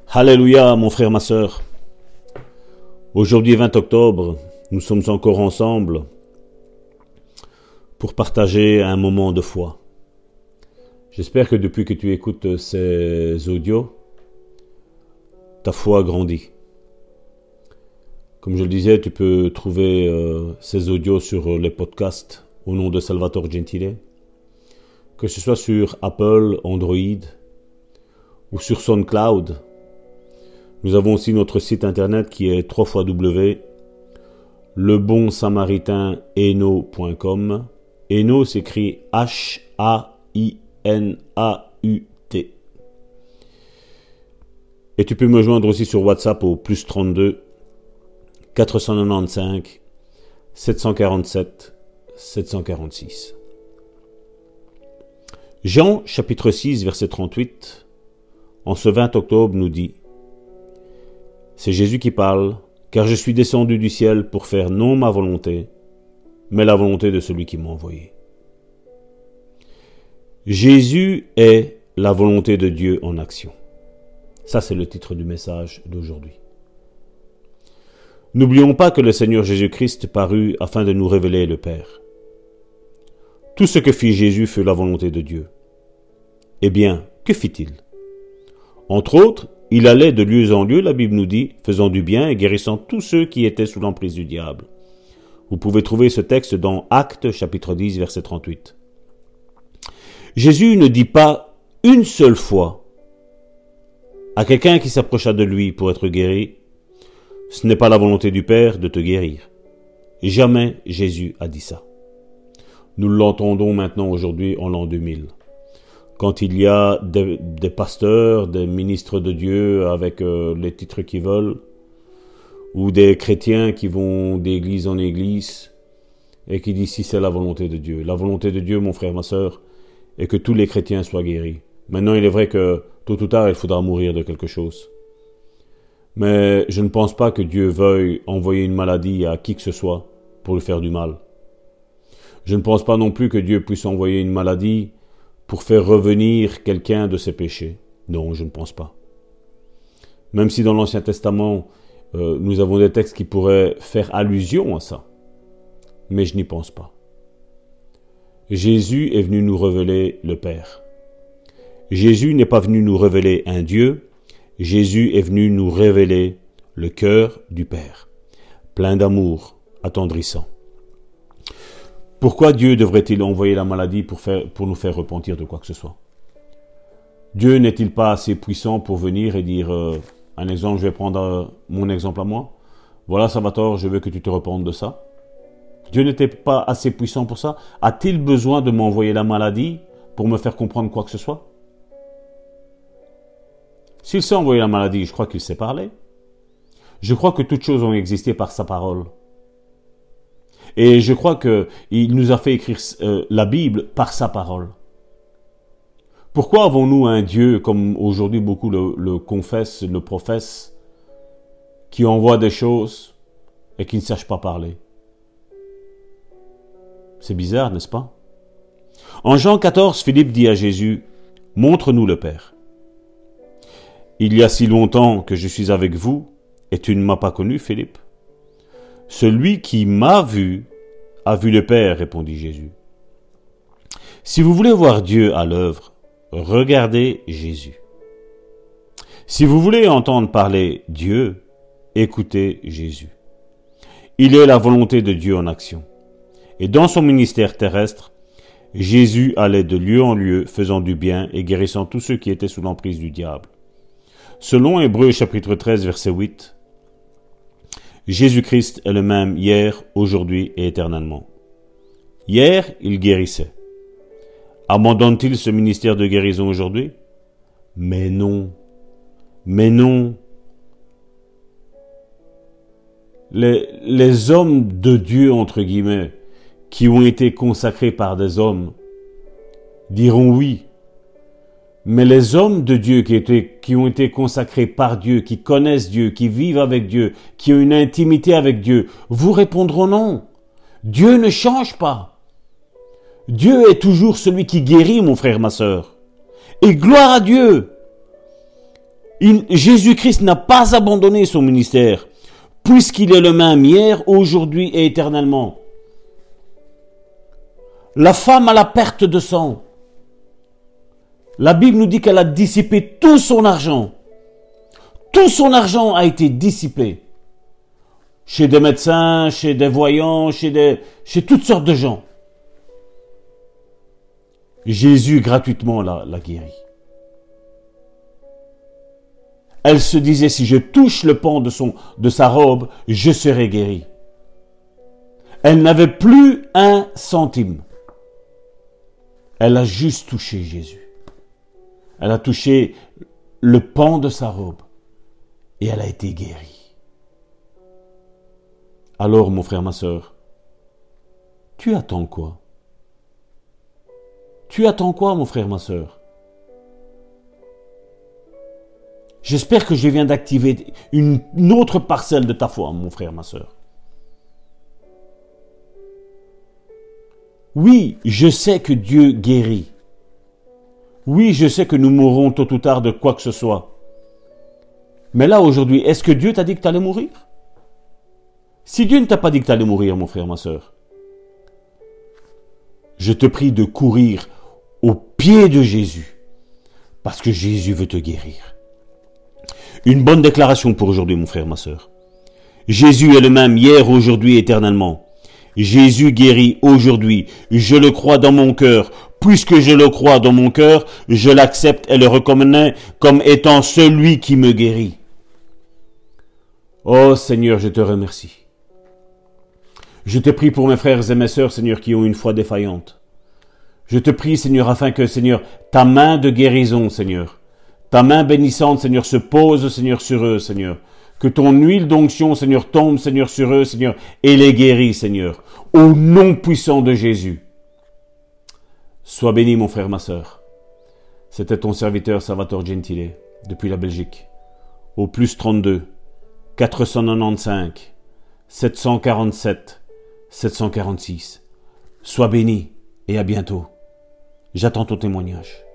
Alléluia, mon frère, ma sœur. Aujourd'hui, 20 octobre, nous sommes encore ensemble pour partager un moment de foi. J'espère que depuis que tu écoutes ces audios, ta foi grandit. Comme je le disais, tu peux trouver ces audios sur les podcasts au nom de Salvatore Gentile, que ce soit sur Apple, Android ou sur SoundCloud. Nous avons aussi notre site internet qui est www.lebonsamaritaineno.com. Eno s'écrit H-A-I-N-A-U-T. Et tu peux me joindre aussi sur WhatsApp au +32 495 747 746. Jean, chapitre 6, verset 38, en ce 20 octobre, nous dit: c'est Jésus qui parle, car je suis descendu du ciel pour faire non ma volonté, mais la volonté de celui qui m'a envoyé. Jésus est la volonté de Dieu en action. Ça, c'est le titre du message d'aujourd'hui. N'oublions pas que le Seigneur Jésus-Christ parut afin de nous révéler le Père. Tout ce que fit Jésus fut la volonté de Dieu. Eh bien, que fit-il? Entre autres, il allait de lieu en lieu, la Bible nous dit, faisant du bien et guérissant tous ceux qui étaient sous l'emprise du diable. Vous pouvez trouver ce texte dans Actes, chapitre 10, verset 38. Jésus ne dit pas une seule fois à quelqu'un qui s'approcha de lui pour être guéri: ce n'est pas la volonté du Père de te guérir. Jamais Jésus a dit ça. Nous l'entendons maintenant aujourd'hui en l'an 2000. Quand il y a des pasteurs, des ministres de Dieu avec les titres qu'ils veulent, ou des chrétiens qui vont d'église en église et qui disent si c'est la volonté de Dieu. La volonté de Dieu, mon frère, ma sœur, est que tous les chrétiens soient guéris. Maintenant, il est vrai que tôt ou tard, il faudra mourir de quelque chose. Mais je ne pense pas que Dieu veuille envoyer une maladie à qui que ce soit pour lui faire du mal. Je ne pense pas non plus que Dieu puisse envoyer une maladie pour faire revenir quelqu'un de ses péchés. Non, je ne pense pas. Même si dans l'Ancien Testament, nous avons des textes qui pourraient faire allusion à ça. Mais je n'y pense pas. Jésus est venu nous révéler le Père. Jésus n'est pas venu nous révéler un Dieu. Jésus est venu nous révéler le cœur du Père, plein d'amour, attendrissant. Pourquoi Dieu devrait-il envoyer la maladie pour nous faire repentir de quoi que ce soit? Dieu n'est-il pas assez puissant pour venir et dire, un exemple, je vais prendre mon exemple à moi. Voilà, Salvatore, je veux que tu te repentes de ça. Dieu n'était pas assez puissant pour ça? A-t-il besoin de m'envoyer la maladie pour me faire comprendre quoi que ce soit? S'il sait envoyer la maladie, je crois qu'il sait parler. Je crois que toutes choses ont existé par sa parole. Et je crois qu'il nous a fait écrire la Bible par sa parole. Pourquoi avons-nous un Dieu, comme aujourd'hui beaucoup le confessent, le professent, qui envoie des choses et qui ne sache pas parler? C'est bizarre, n'est-ce pas? En Jean 14, Philippe dit à Jésus: « Montre-nous le Père. Il y a si longtemps que je suis avec vous, et tu ne m'as pas connu, Philippe. Celui qui m'a vu a vu le Père, répondit Jésus. Si vous voulez voir Dieu à l'œuvre, regardez Jésus. Si vous voulez entendre parler Dieu, écoutez Jésus. Il est la volonté de Dieu en action. Et dans son ministère terrestre, Jésus allait de lieu en lieu, faisant du bien et guérissant tous ceux qui étaient sous l'emprise du diable. Selon Hébreux chapitre 13, verset 8, Jésus-Christ est le même hier, aujourd'hui et éternellement. Hier, il guérissait. Abandonne-t-il ce ministère de guérison aujourd'hui? Mais non. Mais non. Les hommes de Dieu, entre guillemets, qui ont été consacrés par des hommes, diront oui. Mais les hommes de Dieu qui ont été consacrés par Dieu, qui connaissent Dieu, qui vivent avec Dieu, qui ont une intimité avec Dieu, vous répondront non. Dieu ne change pas. Dieu est toujours celui qui guérit, mon frère, ma sœur. Et gloire à Dieu. Jésus-Christ n'a pas abandonné son ministère, puisqu'il est le même hier, aujourd'hui et éternellement. La femme à la perte de sang, la Bible nous dit qu'elle a dissipé tout son argent. Tout son argent a été dissipé. Chez des médecins, chez des voyants, chez toutes sortes de gens. Jésus gratuitement l'a guérie. Elle se disait, si je touche le pan de sa robe, je serai guérie. Elle n'avait plus un centime. Elle a juste touché Jésus. Elle a touché le pan de sa robe et elle a été guérie. Alors, mon frère, ma sœur, tu attends quoi? Tu attends quoi, mon frère, ma sœur? J'espère que je viens d'activer une autre parcelle de ta foi, mon frère, ma sœur. Oui, je sais que Dieu guérit. Oui, je sais que nous mourrons tôt ou tard de quoi que ce soit. Mais là, aujourd'hui, est-ce que Dieu t'a dit que tu allais mourir? Si Dieu ne t'a pas dit que tu allais mourir, mon frère, ma sœur, je te prie de courir au pied de Jésus, parce que Jésus veut te guérir. Une bonne déclaration pour aujourd'hui, mon frère, ma sœur. Jésus est le même hier, aujourd'hui, éternellement. Jésus guérit aujourd'hui. Je le crois dans mon cœur. Puisque je le crois dans mon cœur, je l'accepte et le reconnais comme étant celui qui me guérit. Oh Seigneur, je te remercie. Je te prie pour mes frères et mes sœurs, Seigneur, qui ont une foi défaillante. Je te prie, Seigneur, afin que, Seigneur, ta main de guérison, Seigneur, ta main bénissante, Seigneur, se pose, Seigneur, sur eux, Seigneur. Que ton huile d'onction, Seigneur, tombe, Seigneur, sur eux, Seigneur, et les guérit, Seigneur. Au nom puissant de Jésus. Sois béni, mon frère, ma sœur. C'était ton serviteur Salvatore Gentile, depuis la Belgique. Au plus 32 495 747 746. Sois béni et à bientôt. J'attends ton témoignage.